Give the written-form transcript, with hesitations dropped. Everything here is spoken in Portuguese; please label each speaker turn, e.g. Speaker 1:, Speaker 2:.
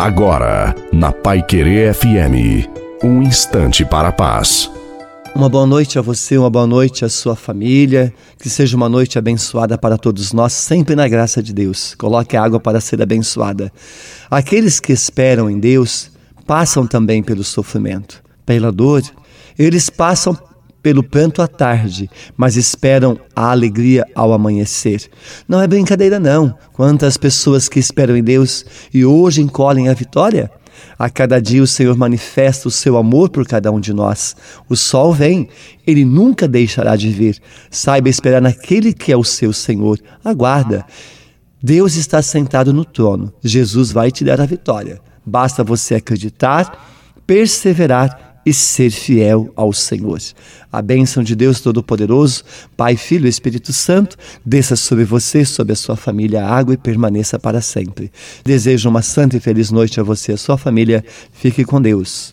Speaker 1: Agora, na Paiquerê FM, um instante para a paz.
Speaker 2: Uma boa noite a você, uma boa noite à sua família, que seja uma noite abençoada para todos nós, sempre na graça de Deus. Coloque a água para ser abençoada. Aqueles que esperam em Deus passam também pelo sofrimento, pela dor. Eles passam pelo pranto à tarde, mas esperam a alegria ao amanhecer. Não é brincadeira não. Quantas pessoas que esperam em Deus e hoje encolhem a vitória? A cada dia o Senhor manifesta o seu amor por cada um de nós. O sol vem, ele nunca deixará de vir. Saiba esperar naquele que é o seu Senhor. Aguarda. Deus está sentado no trono. Jesus vai te dar a vitória. Basta você acreditar, perseverar e ser fiel ao Senhor. A bênção de Deus Todo-Poderoso, Pai, Filho e Espírito Santo, desça sobre você, sobre a sua família, a água e permaneça para sempre. Desejo uma santa e feliz noite a você e a sua família. Fique com Deus.